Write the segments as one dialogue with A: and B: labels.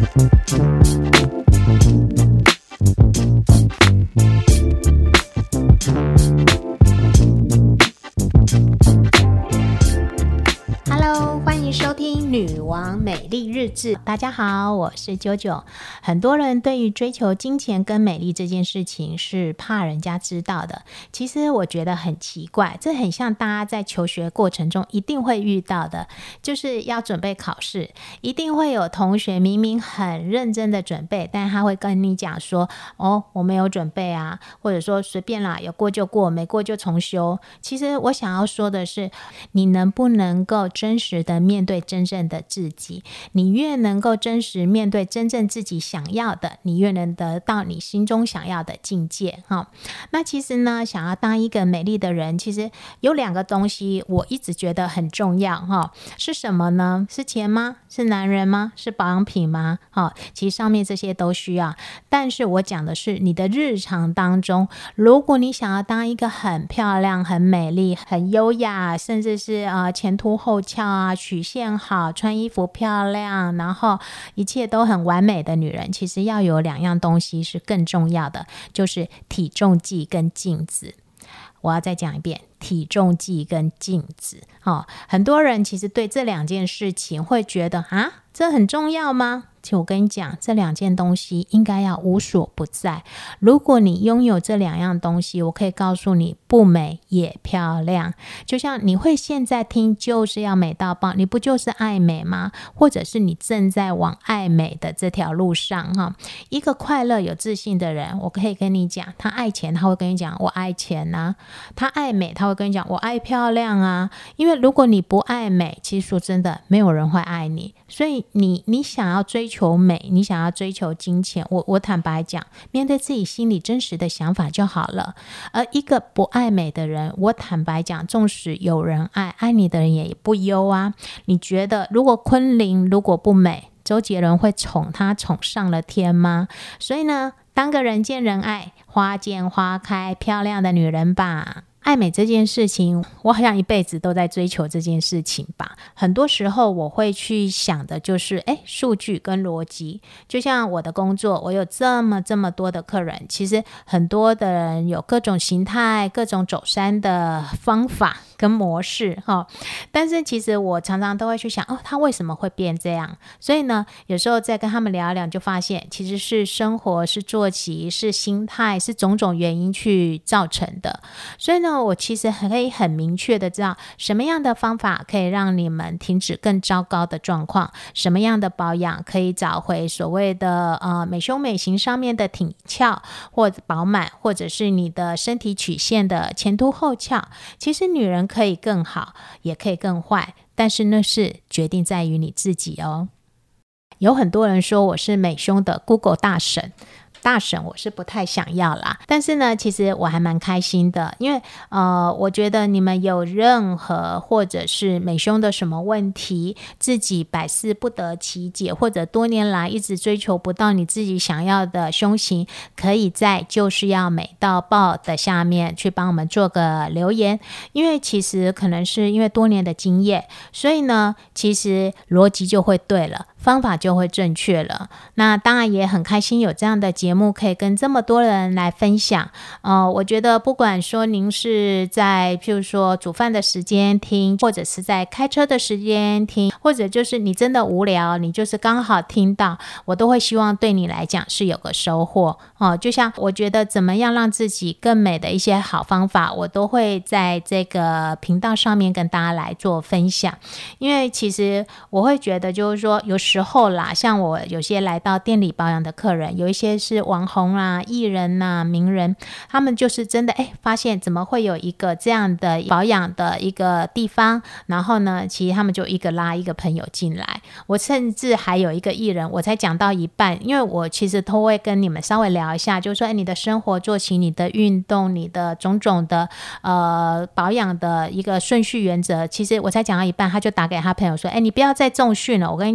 A: 女王美丽日志，大家好，我是啾啾。很多人对于追求金钱跟美丽这件事情是怕人家知道的，其实我觉得很奇怪，这很像大家在求学过程中一定会遇到的，就是要准备考试，一定会有同学明明很认真的准备，但他会跟你讲说，我没有准备啊，或者说随便啦，有过就过，没过就重修。其实我想要说的是，你能不能够真实的面对真正的自己，你越能够真实面对真正自己想要的，你越能得到你心中想要的境界。那其实呢，想要当一个美丽的人，其实有两个东西我一直觉得很重要，是什么呢？是钱吗？是男人吗？是保养品吗？其实上面这些都需要，但是我讲的是你的日常当中，如果你想要当一个很漂亮、很美丽、很优雅，甚至是前凸后翘啊，曲线好，穿衣服漂亮，然后一切都很完美的女人，其实要有两样东西是更重要的，就是体重计跟镜子。我要再讲一遍，体重计跟镜子。很多人其实对这两件事情会觉得这很重要吗？其实我跟你讲，这两件东西应该要无所不在。如果你拥有这两样东西，我可以告诉你，不美也漂亮。就像你会现在听就是要美到爆，你不就是爱美吗？或者是你正在往爱美的这条路上。一个快乐有自信的人，我可以跟你讲，他爱钱，他会跟你讲我爱钱啊；他爱美，他会跟你讲我爱漂亮啊。因为如果你不爱美，其实说真的，没有人会爱你。所以你想要追求美，你想要追求金钱，我坦白讲，面对自己心里真实的想法就好了。而一个不爱美的人，我坦白讲，纵使有人爱你的人也不优啊。你觉得如果昆凌如果不美，周杰伦会宠她宠上了天吗？所以呢，当个人见人爱，花见花开，漂亮的女人吧。爱美这件事情，我好像一辈子都在追求这件事情吧。很多时候我会去想的就是数据跟逻辑。就像我的工作，我有这么多的客人，其实很多的人有各种形态，各种走山的方法跟模式但是其实我常常都会去想他为什么会变这样。所以呢，有时候再跟他们聊一聊，就发现其实是生活，是作息，是心态，是种种原因去造成的。所以呢，我其实可以很明确的知道什么样的方法可以让你们停止更糟糕的状况，什么样的保养可以找回所谓的美胸美型上面的挺翘或者饱满，或者是你的身体曲线的前凸后翘。其实女人可以更好，也可以更坏，但是那是决定在于你自己哦。有很多人说我是美胸的 Google 大神我是不太想要啦，但是呢，其实我还蛮开心的，因为我觉得你们有任何或者是美胸的什么问题，自己百思不得其解，或者多年来一直追求不到你自己想要的胸型，可以在就是要美到爆的下面去帮我们做个留言。因为其实可能是因为多年的经验，所以呢，其实逻辑就会对了，方法就会正确了。那当然也很开心有这样的节目可以跟这么多人来分享。我觉得不管说您是在譬如说煮饭的时间听，或者是在开车的时间听，或者就是你真的无聊，你就是刚好听到，我都会希望对你来讲是有个收获。就像我觉得怎么样让自己更美的一些好方法，我都会在这个频道上面跟大家来做分享。因为其实我会觉得就是说有时候啦，像我有些来到店里保养的客人，有一些是网红啦、艺人啦、名人，他们就是真的发现怎么会有一个这样的保养的一个地方，然后呢，其实他们就一个拉一个朋友进来。我甚至还有一个艺人，我才讲到一半，因为我其实都会跟你们稍微聊一下，就是说你的生活作息、你的运动、你的种种的保养的一个顺序原则，其实我才讲到一半，他就打给他朋友说你不要再重训了，我跟你讲，在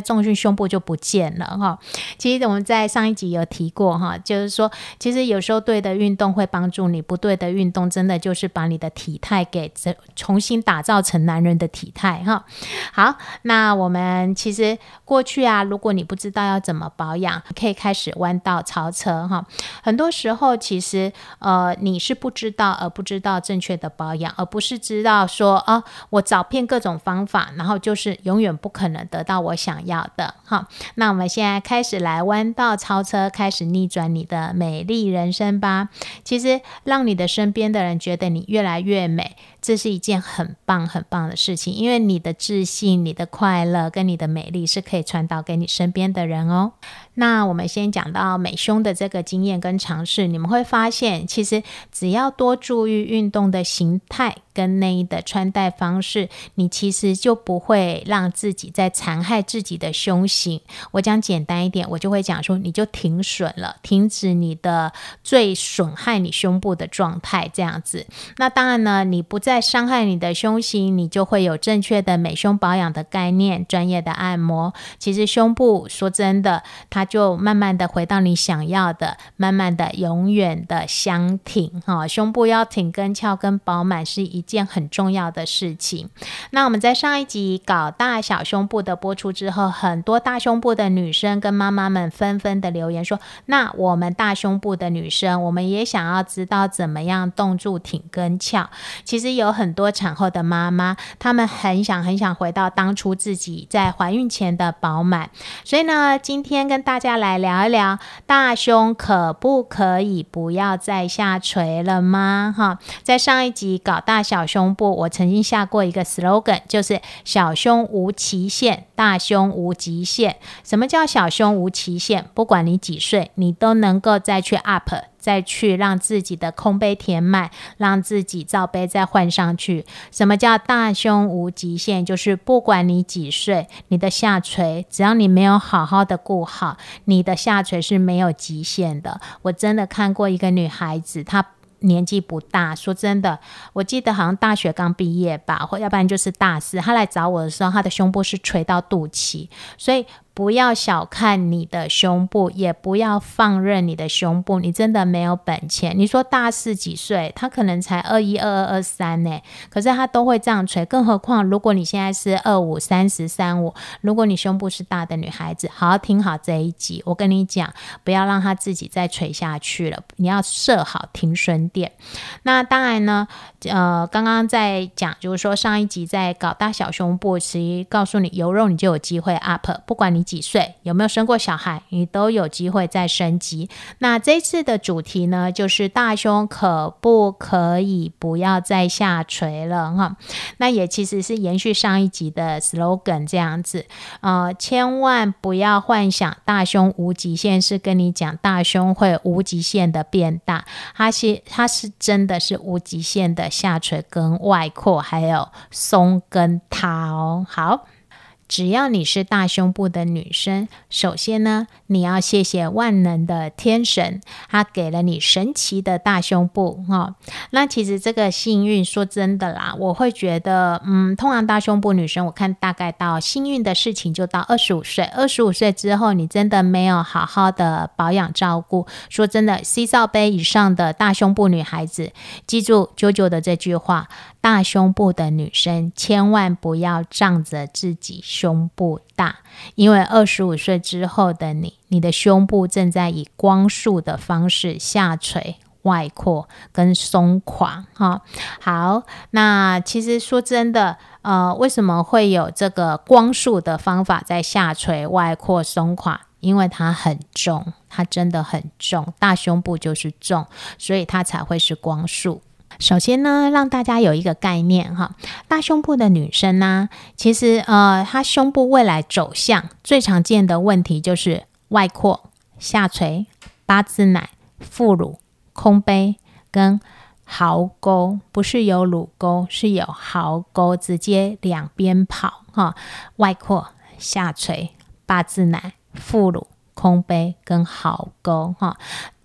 A: 重训胸部就不见了哈。其实我们在上一集有提过哈，就是说其实有时候对的运动会帮助你，不对的运动真的就是把你的体态给重新打造成男人的体态哈。好，那我们其实过去啊，如果你不知道要怎么保养，可以开始弯道超车哈。很多时候其实你是不知道而不知道正确的保养，而不是知道说我找遍各种方法，然后就是永远不可能得到我想要的哈。那我们现在开始来弯道超车，开始逆转你的美丽人生吧。其实让你的身边的人觉得你越来越美，这是一件很棒很棒的事情，因为你的自信、你的快乐跟你的美丽是可以传导给你身边的人哦。那我们先讲到美胸的这个经验跟尝试，你们会发现其实只要多注意运动的形态跟内衣的穿戴方式，你其实就不会让自己在残害自己的胸型。我讲简单一点，我就会讲说你就停损了，停止你的最损害你胸部的状态这样子。那当然呢，你不再伤害你的胸型，你就会有正确的美胸保养的概念，专业的按摩。其实胸部说真的，它就慢慢的回到你想要的，慢慢的永远的相挺胸部要挺跟翘跟饱满是一件很重要的事情。那我们在上一集搞大小胸部的播出之后，很多大胸部的女生跟妈妈们纷纷的留言说，那我们大胸部的女生，我们也想要知道怎么样冻住挺跟翘。其实有很多产后的妈妈，她们很想回到当初自己在怀孕前的饱满。所以呢，今天跟大家来聊一聊，大胸可不可以不要再下垂了吗？在上一集搞大小胸部，我曾经下过一个 slogan， 就是小胸无期限，大胸无极限。什么叫小胸无期限？不管你几岁，你都能够再去 up，再去让自己的空杯填满，让自己罩杯再换上去。什么叫大胸无极限？就是不管你几岁，你的下垂只要你没有好好的顾好，你的下垂是没有极限的。我真的看过一个女孩子，她年纪不大，说真的，我记得好像大学刚毕业吧，或要不然就是大四。她来找我的时候，她的胸部是垂到肚脐，所以不要小看你的胸部，也不要放任你的胸部，你真的没有本钱。你说大四几岁，他可能才21、22、23呢，可是他都会这样垂，更何况如果你现在是25、30、35，如果你胸部是大的女孩子，好好听好这一集，我跟你讲，不要让他自己再垂下去了，你要设好停损点。那当然呢，刚刚在讲，就是说上一集在搞大小胸部，其实告诉你有肉你就有机会 up， 不管你几岁，有没有生过小孩，你都有机会再升级。那这次的主题呢，就是大胸可不可以不要再下垂了哈？那也其实是延续上一集的 slogan 这样子，千万不要幻想大胸无极限，是跟你讲大胸会无极限的变大，它是真的是无极限的下垂跟外扩，还有松跟塌哦。好，只要你是大胸部的女生，首先呢，你要谢谢万能的天神，他给了你神奇的大胸部那其实这个幸运，说真的啦，我会觉得通常大胸部女生，我看大概到幸运的事情就到25岁，25岁之后你真的没有好好的保养照顾，说真的 C 罩杯以上的大胸部女孩子，记住啾的这句话，大胸部的女生千万不要仗着自己胸部大，因为25岁之后的你的胸部正在以光速的方式下垂、外扩跟松垮好，那其实说真的为什么会有这个光速的方法在下垂、外扩、松垮？因为它很重，它真的很重，大胸部就是重，所以它才会是光速。首先呢，让大家有一个概念大胸部的女生呢，其实她胸部未来走向最常见的问题就是外扩、下垂、八字奶、副乳、空杯跟壕沟，不是有乳沟，是有壕沟，直接两边跑外扩、下垂、八字奶、副乳、空杯跟壕沟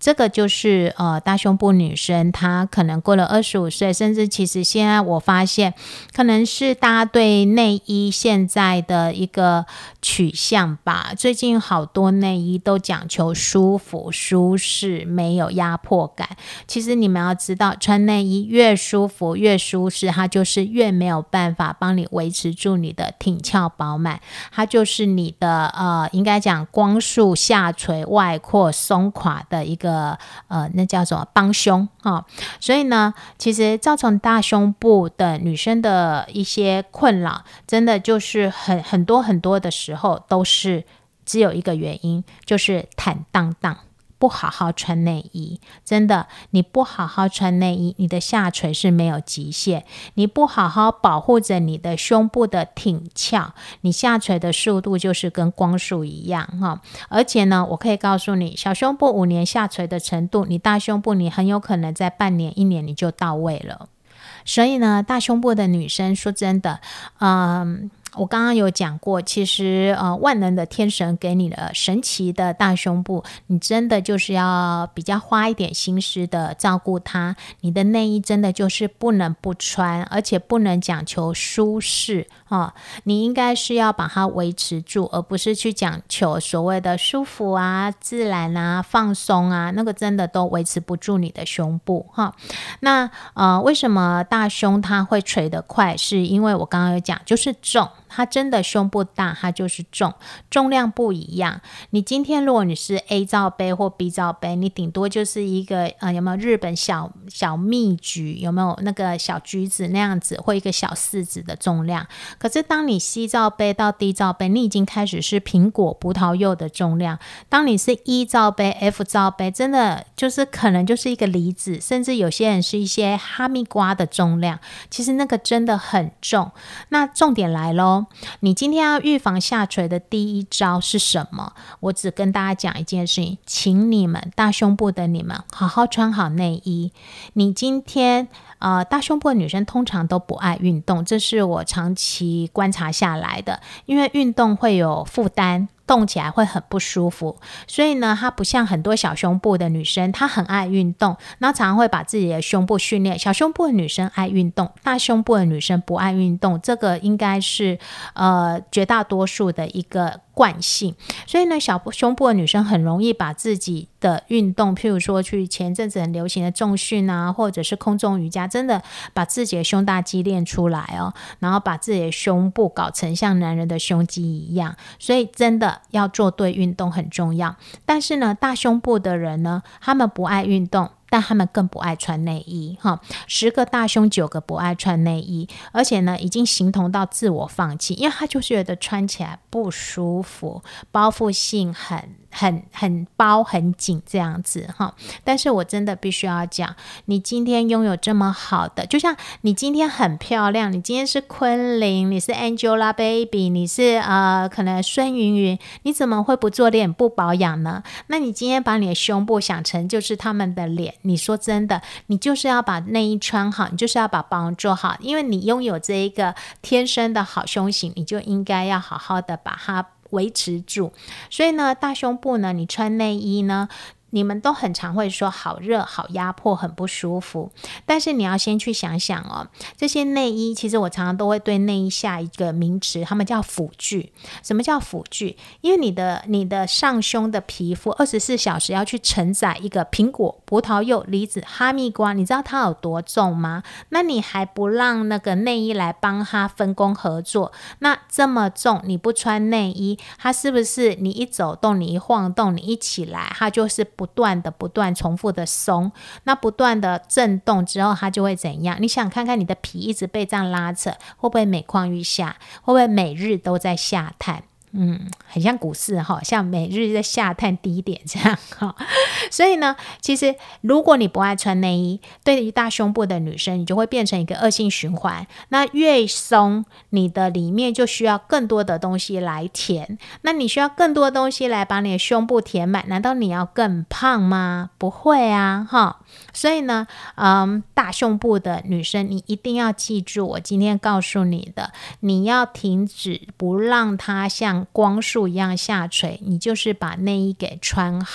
A: 这个就是大胸部女生她可能过了25岁，甚至其实现在我发现可能是大家对内衣现在的一个取向吧，最近好多内衣都讲求舒服舒适，没有压迫感。其实你们要知道，穿内衣越舒服越舒适，它就是越没有办法帮你维持住你的挺翘饱满，它就是你的应该讲光束下垂外扩松垮的一个那叫什么帮凶所以呢，其实造成大胸部的女生的一些困扰，真的就是很多很多的时候都是只有一个原因，就是坦荡荡。不好好穿内衣，真的，你不好好穿内衣，你的下垂是没有极限，你不好好保护着你的胸部的挺翘，你下垂的速度就是跟光速一样而且呢，我可以告诉你，小胸部5年下垂的程度，你大胸部你很有可能在半年1年你就到位了。所以呢，大胸部的女生说真的我刚刚有讲过，其实万能的天神给你的神奇的大胸部，你真的就是要比较花一点心思的照顾它。你的内衣真的就是不能不穿，而且不能讲求舒适你应该是要把它维持住，而不是去讲求所谓的舒服啊、自然啊、放松啊，那个真的都维持不住你的胸部那为什么大胸它会垂得快？是因为我刚刚有讲，就是重。它真的胸部大，它就是重，重量不一样。你今天如果你是 A 罩杯或 B 罩杯，你顶多就是一个有没有日本小蜜橘，有没有那个小橘子那样子，或一个小柿子的重量。可是当你 C 罩杯到 D 罩杯，你已经开始是苹果、葡萄柚的重量。当你是 E 罩杯、F 罩杯，真的就是可能就是一个梨子，甚至有些人是一些哈密瓜的重量。其实那个真的很重。那重点来咯，你今天要预防下垂的第一招是什么？我只跟大家讲一件事情，请你们大胸部的你们好好穿好内衣。你今天大胸部的女生通常都不爱运动，这是我长期观察下来的，因为运动会有负担，动起来会很不舒服，所以呢，她不像很多小胸部的女生，她很爱运动，然后常常会把自己的胸部训练。小胸部的女生爱运动，大胸部的女生不爱运动，这个应该是绝大多数的一个惯性。所以呢，小胸部的女生很容易把自己的运动，譬如说去前阵子很流行的重训啊，或者是空中瑜伽，真的把自己的胸大肌练出来然后把自己的胸部搞成像男人的胸肌一样，所以真的要做对运动很重要。但是呢，大胸部的人呢，他们不爱运动，但他们更不爱穿内衣10个大胸9个不爱穿内衣，而且呢已经形同到自我放弃，因为他就觉得穿起来不舒服，包覆性很包很紧这样子但是我真的必须要讲，你今天拥有这么好的，就像你今天很漂亮，你今天是昆凌，你是 Angelababy， 你是可能孙芸芸，你怎么会不做脸不保养呢？那你今天把你的胸部想成就是他们的脸，你说真的，你就是要把内衣穿好，你就是要把保养做好，因为你拥有这一个天生的好胸型，你就应该要好好的把它维持住。所以呢，大胸部呢，你穿内衣呢，你们都很常会说好热好压迫很不舒服，但是你要先去想想这些内衣其实我常常都会对内衣下一个名词，他们叫辅具。什么叫辅具？因为你的上胸的皮肤24小时要去承载一个苹果、葡萄柚、梨子、哈密瓜，你知道它有多重吗？那你还不让那个内衣来帮它分工合作，那这么重你不穿内衣，它是不是你一走动你一晃动你一起来，它就是不断重复的松，那不断的震动之后它就会怎样？你想看看你的皮一直被这样拉扯，会不会每况愈下？会不会每日都在下探？很像股市像每日在下探低点这样所以呢，其实如果你不爱穿内衣，对于大胸部的女生，你就会变成一个恶性循环。那越松，你的里面就需要更多的东西来填。那你需要更多的东西来把你的胸部填满，难道你要更胖吗？不会啊所以呢，大胸部的女生，你一定要记住我今天告诉你的，你要停止不让它像光束一样下垂，你就是把内衣给穿好。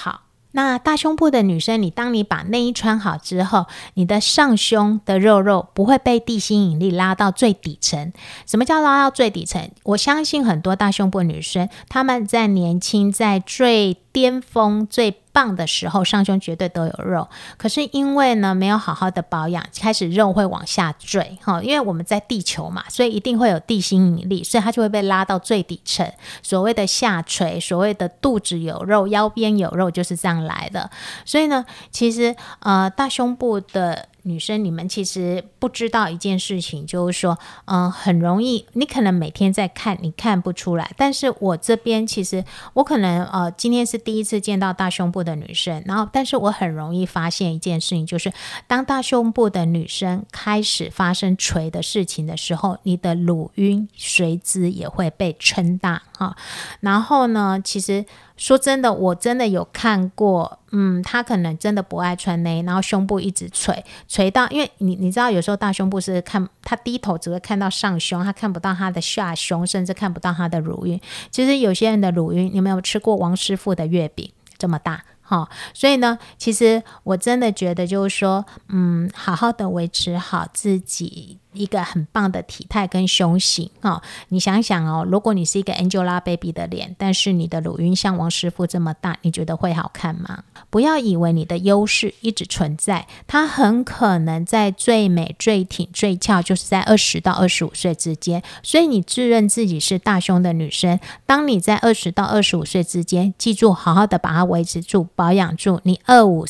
A: 那大胸部的女生，当你把内衣穿好之后，你的上胸的肉肉不会被地心引力拉到最底层。什么叫拉到最底层？我相信很多大胸部女生，她们在年轻，在最巅峰最棒的时候，上胸绝对都有肉，可是因为呢没有好好的保养，开始肉会往下坠，因为我们在地球嘛，所以一定会有地心引力，所以它就会被拉到最底层，所谓的下垂，所谓的肚子有肉，腰边有肉，就是这样来的。所以呢，其实大胸部的女生，你们其实不知道一件事情，就是说很容易，你可能每天在看，你看不出来，但是我这边其实我可能今天是第一次见到大胸部的女生，然后但是我很容易发现一件事情，就是当大胸部的女生开始发生垂的事情的时候，你的乳晕随之也会被撑大然后呢，其实说真的，我真的有看过她可能真的不爱穿内衣，然后胸部一直垂到，因为你知道有时候大胸部是看她低头只会看到上胸，她看不到她的下胸，甚至看不到她的乳晕。其实有些人的乳晕，你们有吃过王师傅的月饼这么大所以呢，其实我真的觉得就是说好好的维持好自己一个很棒的体态跟胸型你想想如果你是一个 Angelababy 的脸，但是你的乳晕像王师傅这么大，你觉得会好看吗？不要以为你的优势一直存在，它很可能在最美最挺最翘就是在20到25岁之间。所以你自认自己是大胸的女生，当你在20到25岁之间，记住好好的把它维持住保养住，你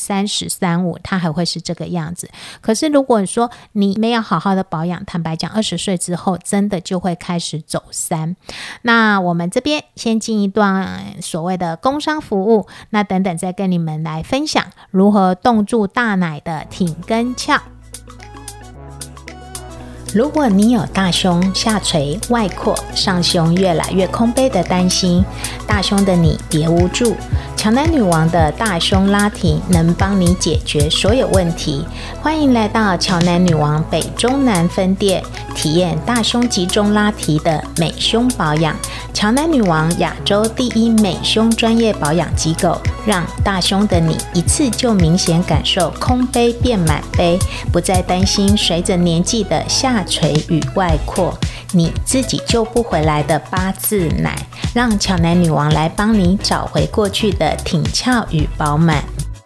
A: 25、30、35它还会是这个样子。可是如果说你没有好好的保养，坦白讲20岁之后真的就会开始走山。那我们这边先进一段所谓的工商服务，那等等再跟你们来分享如何冻住大奶的挺跟翘。如果你有大胸下垂外扩，上胸越来越空杯的担心，大胸的你别无助，乔奶女王的大胸拉提能帮你解决所有问题。欢迎来到乔奶女王北中南分店，体验大胸集中拉提的美胸保养。乔奶女王亚洲第一美胸专业保养机构，让大胸的你一次就明显感受空杯变满杯，不再担心随着年纪的下垂与外扩，你自己救不回来的八字奶，让乔奶女王来帮你找回过去的挺翘与饱满。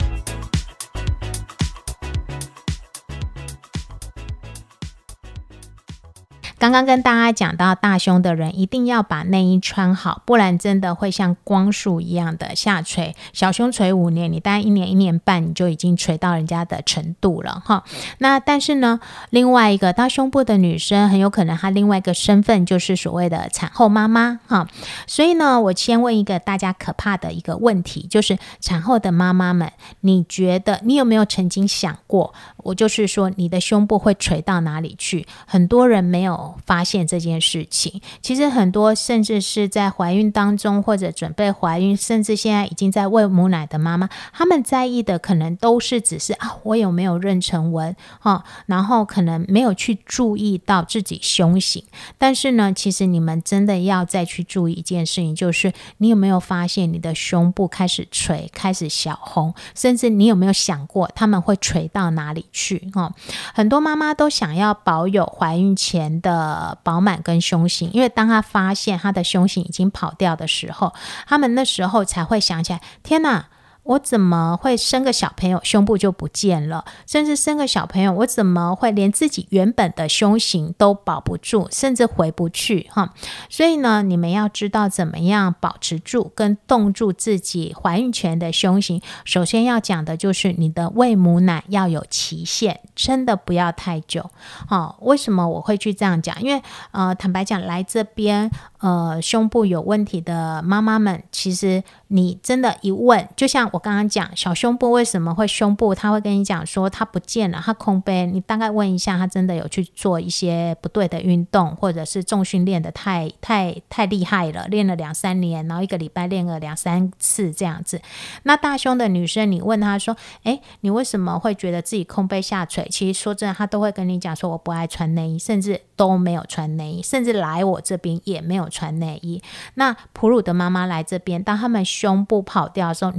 A: 刚刚跟大家讲到，大胸的人一定要把内衣穿好，不然真的会像光束一样的下垂。小胸垂5年，你大概1年1年半你就已经垂到人家的程度了那但是呢，另外一个大胸部的女生很有可能她另外一个身份就是所谓的产后妈妈所以呢，我先问一个大家可怕的一个问题，就是产后的妈妈们，你觉得你有没有曾经想过，我就是说你的胸部会垂到哪里去？很多人没有发现这件事情。其实很多甚至是在怀孕当中或者准备怀孕，甚至现在已经在喂母奶的妈妈，他们在意的可能都是只是我有没有妊娠纹然后可能没有去注意到自己胸型。但是呢，其实你们真的要再去注意一件事情，就是你有没有发现你的胸部开始垂，开始小红，甚至你有没有想过他们会垂到哪里去很多妈妈都想要保有怀孕前的饱满跟胸型，因为当她发现她的胸型已经跑掉的时候，他们那时候才会想起来，天哪，我怎么会生个小朋友胸部就不见了，甚至生个小朋友我怎么会连自己原本的胸型都保不住，甚至回不去所以呢，你们要知道怎么样保持住跟冻住自己怀孕前的胸型。首先要讲的就是你的喂母奶要有期限，真的不要太久为什么我会去这样讲？因为坦白讲，来这边胸部有问题的妈妈们，其实你真的一问，就像我刚刚讲小胸部为什么会胸部，他会跟你讲说他不见了，他空杯，你大概问一下，他真的有去做一些不对的运动，或者是重训练的太厉害了，练了2-3年，然后1个礼拜练个2-3次这样子。那大胸的女生，你问她说你为什么会觉得自己空杯下垂，其实说真的，她都会跟你讲说我不爱穿内衣，甚至都没有穿内衣，甚至来我这边也没有穿内衣。那哺乳的妈妈来这边，当她们胸部跑掉的时候，你再去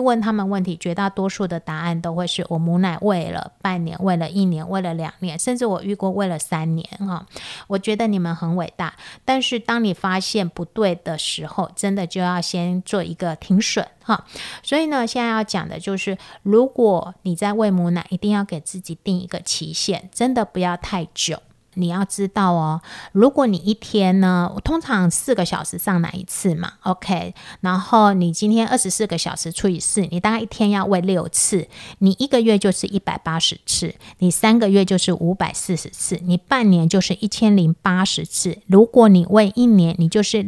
A: 问他们问题，绝大多数的答案都会是我母奶喂了半年，喂了1年，喂了2年，甚至我遇过喂了3年我觉得你们很伟大，但是当你发现不对的时候，真的就要先做一个停损所以呢，现在要讲的就是，如果你在喂母奶，一定要给自己定一个期限，真的不要太久。你要知道如果你一天呢，我通常4个小时上奶一次嘛 ，OK， 然后你今天24个小时除以4，你大概一天要喂6次，你1个月就是180次，你3个月就是540次，你半年就是1080次，如果你喂1年，你就是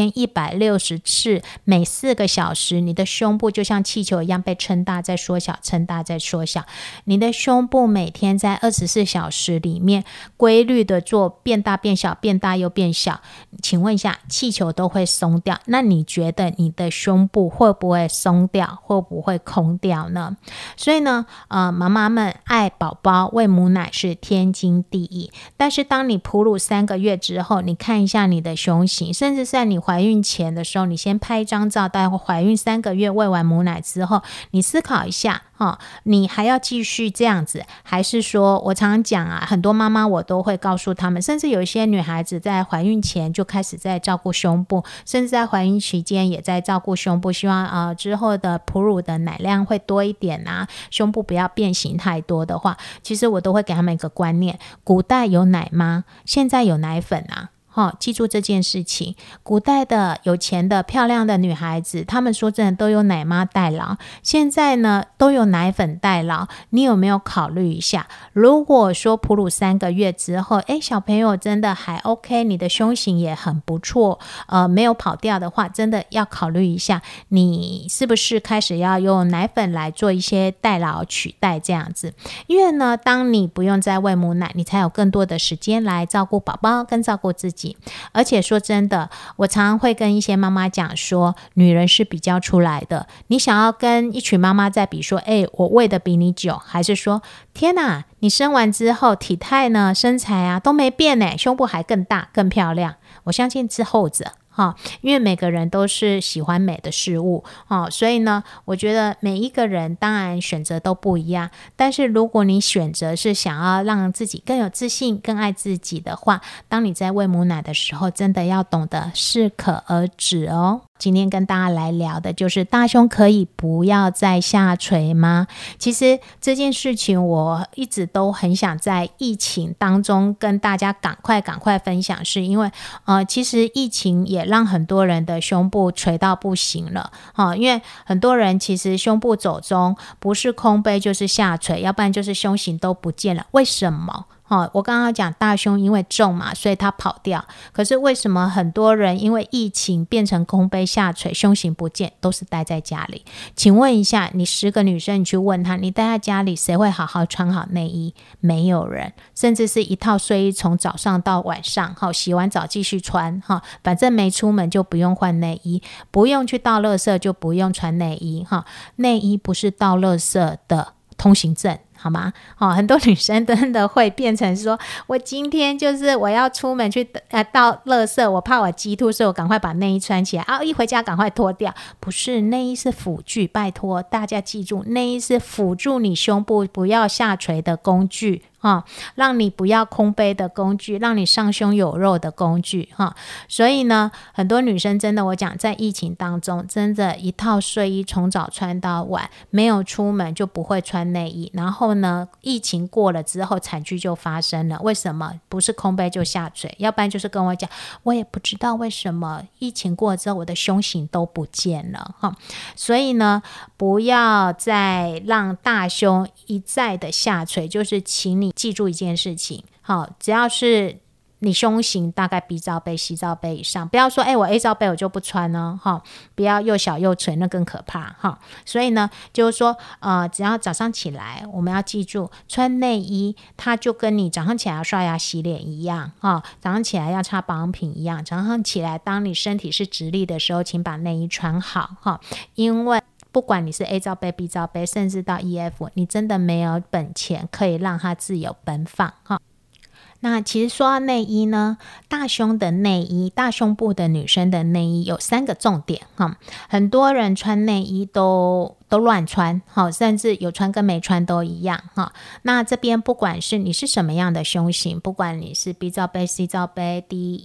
A: 2160次，每4个小时，你的胸部就像气球一样被撑大再缩小，撑大再缩小，你的胸部每天在24小时里面规律的做变大变小，变大又变小，请问一下，气球都会松掉，那你觉得你的胸部会不会松掉，会不会空掉呢？所以呢妈妈们爱宝宝喂母奶是天经地义，但是当你哺乳3个月之后，你看一下你的胸型，甚至在你怀孕前的时候，你先拍一张照，待会怀孕3个月喂完母奶之后，你思考一下你还要继续这样子，还是说我常常讲很多妈妈我都会告诉他们，甚至有一些女孩子在怀孕前就开始在照顾胸部，甚至在怀孕期间也在照顾胸部，希望之后的哺乳的奶量会多一点胸部不要变形太多的话，其实我都会给他们一个观念，古代有奶妈，现在有奶粉记住这件事情，古代的有钱的漂亮的女孩子，她们说真的都有奶妈代劳，现在呢都有奶粉代劳，你有没有考虑一下，如果说哺乳3个月之后小朋友真的还 OK， 你的胸型也很不错没有跑掉的话，真的要考虑一下，你是不是开始要用奶粉来做一些代劳取代这样子，因为呢当你不用再喂母奶，你才有更多的时间来照顾宝宝跟照顾自己。而且说真的，我常常会跟一些妈妈讲说，女人是比较出来的，你想要跟一群妈妈在比说我喂的比你久，还是说天哪，你生完之后体态呢身材都没变胸部还更大更漂亮，我相信是后者因为每个人都是喜欢美的事物所以呢我觉得每一个人当然选择都不一样，但是如果你选择是想要让自己更有自信更爱自己的话，当你在喂母奶的时候，真的要懂得适可而止今天跟大家来聊的就是大胸可以不要再下垂吗？其实这件事情我一直都很想在疫情当中跟大家赶快分享，是因为其实疫情也让很多人的胸部垂到不行了因为很多人其实胸部走中不是空杯就是下垂，要不然就是胸型都不见了，为什么？我刚刚讲大胸因为重嘛，所以它跑掉，可是为什么很多人因为疫情变成空杯下垂，胸型不见，都是待在家里？请问一下，你10个女生你去问她，你待在家里谁会好好穿好内衣？没有人，甚至是一套睡衣从早上到晚上洗完澡继续穿反正没出门就不用换内衣，不用去倒垃圾就不用穿内衣内衣不是倒垃圾的通行证好吗？很多女生真的会变成说，我今天就是我要出门去倒垃圾，我怕我激突，所以我赶快把内衣穿起来一回家赶快脱掉。不是，内衣是辅具，拜托大家记住，内衣是辅助你胸部不要下垂的工具让你不要空杯的工具，让你上胸有肉的工具所以呢很多女生真的，我讲在疫情当中真的一套睡衣从早穿到晚，没有出门就不会穿内衣，然后呢疫情过了之后惨剧就发生了。为什么？不是空杯就下垂，要不然就是跟我讲我也不知道为什么疫情过了之后我的胸型都不见了所以呢不要再让大胸一再的下垂，就是请你记住一件事情只要是你胸型大概 B 罩杯 C 罩杯以上，不要说我 A 罩杯我就不穿不要又小又垂，那更可怕所以呢就是说只要早上起来我们要记住，穿内衣它就跟你早上起来要刷牙洗脸一样早上起来要擦保养品一样，早上起来当你身体是直立的时候，请把内衣穿好因为不管你是 A 罩杯 B 罩杯甚至到 EF， 你真的没有本钱可以让它自由奔放那其实说到内衣呢，大胸的内衣，大胸部的女生的内衣有3个重点很多人穿内衣都都乱穿，甚至有穿跟没穿都一样。那这边不管是你是什么样的胸型，不管你是 B 罩杯 C 罩杯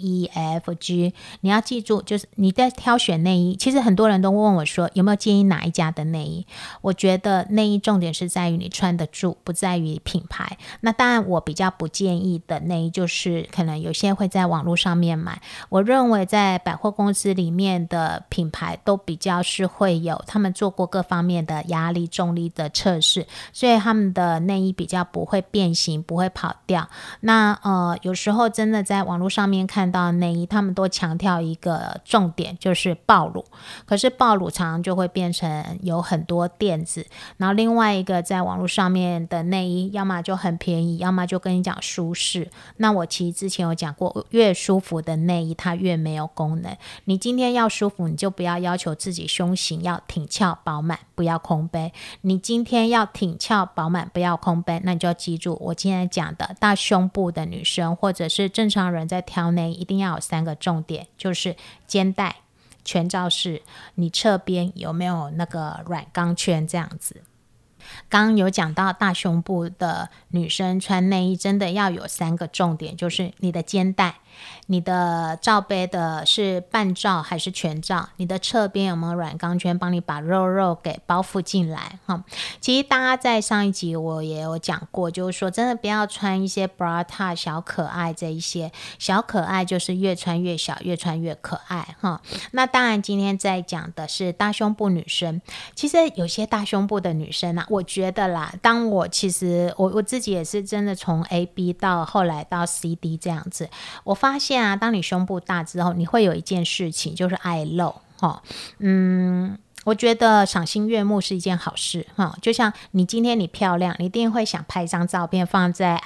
A: D、E、F、G， 你要记住，就是你在挑选内衣，其实很多人都问我说有没有建议哪一家的内衣。我觉得内衣重点是在于你穿得住，不在于品牌。那当然我比较不建议的内衣就是可能有些会在网络上面买，我认为在百货公司里面的品牌都比较是会有他们做过各方面的压力重力的测试，所以他们的内衣比较不会变形，不会跑掉。那有时候真的在网络上面看到内衣，他们都强调一个重点就是暴露，可是暴露常常就会变成有很多垫子，然后另外一个在网络上面的内衣要么就很便宜，要么就跟你讲舒适。那我其实之前有讲过，越舒服的内衣它越没有功能。你今天要舒服，你就不要要求自己胸型要挺翘饱满，不要空杯。你今天要挺翘饱满，不要空杯，那你就要记住我今天讲的大胸部的女生或者是正常人在挑内衣一定要有3个重点，就是肩带、全罩式，你侧边有没有那个软钢圈这样子。刚刚有讲到大胸部的女生穿内衣真的要有3个重点，就是你的肩带，你的罩杯的是半罩还是全罩，你的侧边有没有软钢圈帮你把肉给包覆进来。其实大家在上一集我也有讲过，就是说真的不要穿一些 bra top 小可爱，这一些小可爱就是越穿越小，越穿越可爱。那当然今天在讲的是大胸部女生，其实有些大胸部的女生我觉得啦，当我其实我自己也是真的从 A、B 到后来到 C、D 这样子，我发现当你胸部大之后，你会有一件事情就是爱露。我觉得赏心悦目是一件好事。就像你今天你漂亮，你一定会想拍一张照片放在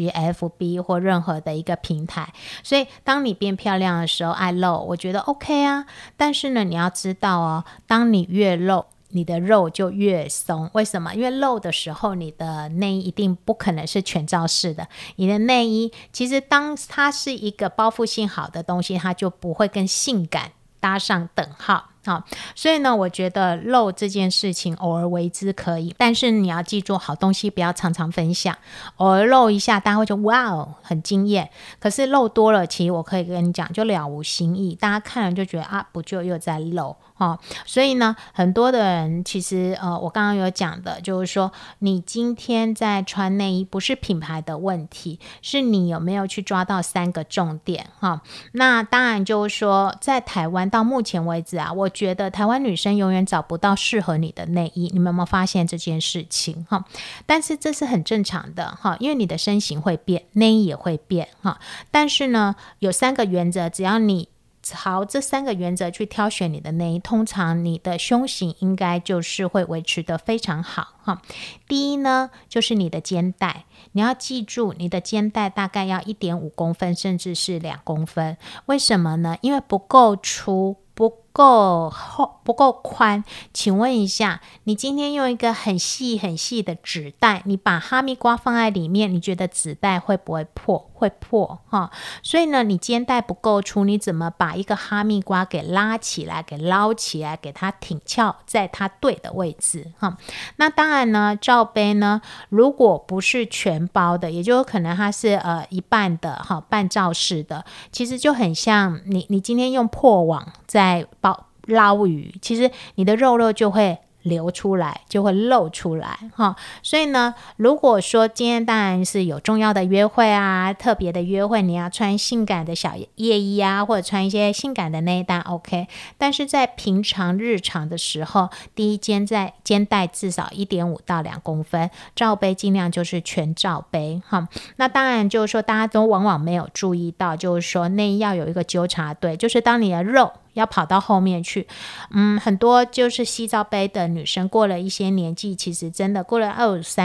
A: IG、FB 或任何的一个平台，所以当你变漂亮的时候爱露，我觉得 OK 啊。但是呢，你要知道当你越露你的肉就越松。为什么？因为露的时候你的内衣一定不可能是全罩式的，你的内衣其实当它是一个包覆性好的东西，它就不会跟性感搭上等号。所以呢，我觉得露这件事情偶尔为之可以，但是你要记住，好东西不要常常分享。偶尔露一下，大家会觉得哇哦很惊艳，可是露多了，其实我可以跟你讲，就了无新意，大家看了就觉得不就又在露。所以呢，很多的人其实我刚刚有讲的，就是说你今天在穿内衣不是品牌的问题，是你有没有去抓到3个重点。那当然就是说在台湾到目前为止我觉得台湾女生永远找不到适合你的内衣，你们有没有发现这件事情？但是这是很正常的，因为你的身形会变，内衣也会变。但是呢，有3个原则，只要你朝这3个原则去挑选你的内衣，通常你的胸型应该就是会维持得非常好。第一呢，就是你的肩带，你要记住你的肩带大概要 1.5 公分甚至是2公分。为什么呢？因为不够粗，不够厚，不够宽。请问一下，你今天用一个很细很细的纸袋，你把哈密瓜放在里面，你觉得纸袋会不会破？会破。所以呢，你肩带不够粗，你怎么把一个哈密瓜给拉起来，给捞起来，给它挺翘在它对的位置。那当然呢，罩杯呢，如果不是全包的，也就可能它是一半的半罩式的，其实就很像你今天用破网在捞鱼，其实你的肉就会流出来，就会露出来。所以呢，如果说今天当然是有重要的约会特别的约会，你要穿性感的小夜衣或者穿一些性感的内衣OK。但是在平常日常的时候，第一肩带至少 1.5 到2公分，罩杯尽量就是全罩杯。那当然就是说大家都往往没有注意到，就是说内衣要有一个纠察队，就是当你的肉要跑到后面去。很多就是西罩杯的女生过了一些年纪，其实真的过了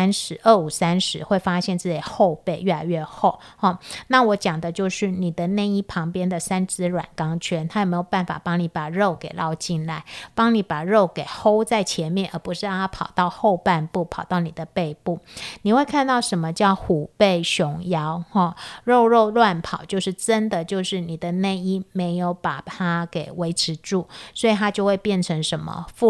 A: 25、30会发现自己后背越来越厚。那我讲的就是你的内衣旁边的3支软钢圈，它有没有办法帮你把肉给捞进来，帮你把肉给 hold 在前面，而不是让它跑到后半部，跑到你的背部。你会看到什么叫虎背熊腰，肉乱跑，就是真的就是你的内衣没有把它给维持住，所以它就会变成什么副乳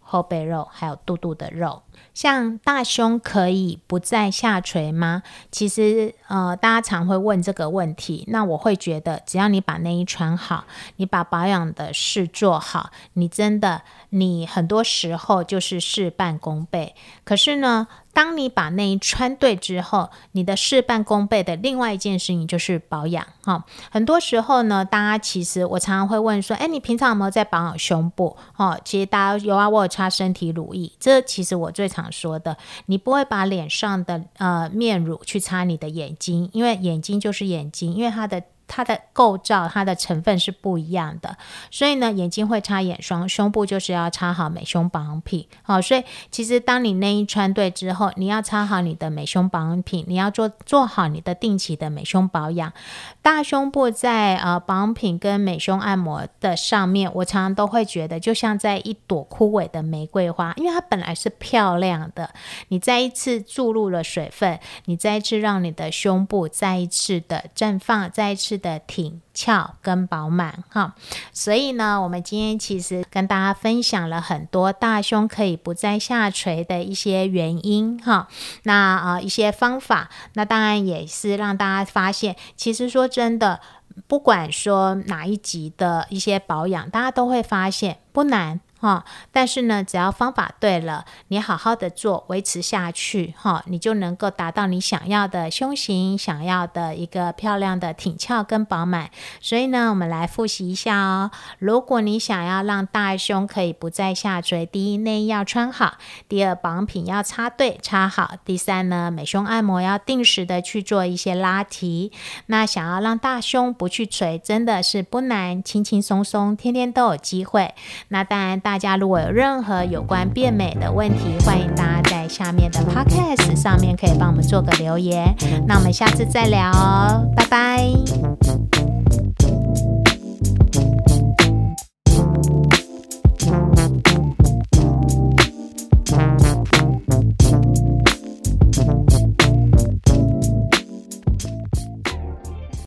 A: 后背肉还有肚肚的肉。像大胸可以不再下垂吗？其实大家常会问这个问题，那我会觉得只要你把内衣穿好，你把保养的事做好，你很多时候就是事半功倍。可是呢，当你把内衣穿对之后，你的事半功倍的另外一件事情就是保养。很多时候呢，大家其实我常常会问说，你平常有没有在保养胸部？其实大家有啊，我有擦身体乳液，这其实我最常说的，你不会把脸上的面乳去擦你的眼睛，因为眼睛就是眼睛，因为它的构造它的成分是不一样的，所以呢眼睛会擦眼霜，胸部就是要擦好美胸保养品。所以其实当你内衣穿对之后，你要擦好你的美胸保养品，你要做好你的定期的美胸保养。大胸部在保养品跟美胸按摩的上面，我常常都会觉得就像在一朵枯萎的玫瑰花，因为它本来是漂亮的，你再一次注入了水分，你再一次让你的胸部再一次的绽放，再一次的挺翘跟饱满。所以呢，我们今天其实跟大家分享了很多大胸可以不再下垂的一些原因。那一些方法，那当然也是让大家发现，其实说真的，不管说哪一集的一些保养，大家都会发现不难。但是呢，只要方法对了，你好好的做，维持下去，你就能够达到你想要的胸型，想要的一个漂亮的挺翘跟饱满。所以呢，我们来复习一下哦。如果你想要让大胸可以不再下垂，第一，内衣要穿好；第二，保养品要擦对擦好；第三呢，美胸按摩要定时的去做一些拉提。那想要让大胸不去垂，真的是不难，轻轻松松，天天都有机会。那当然大家如果有任何有关变美的问题，欢迎大家在下面的 podcast 上面可以帮我们做个留言。那我们下次再聊哦，拜拜。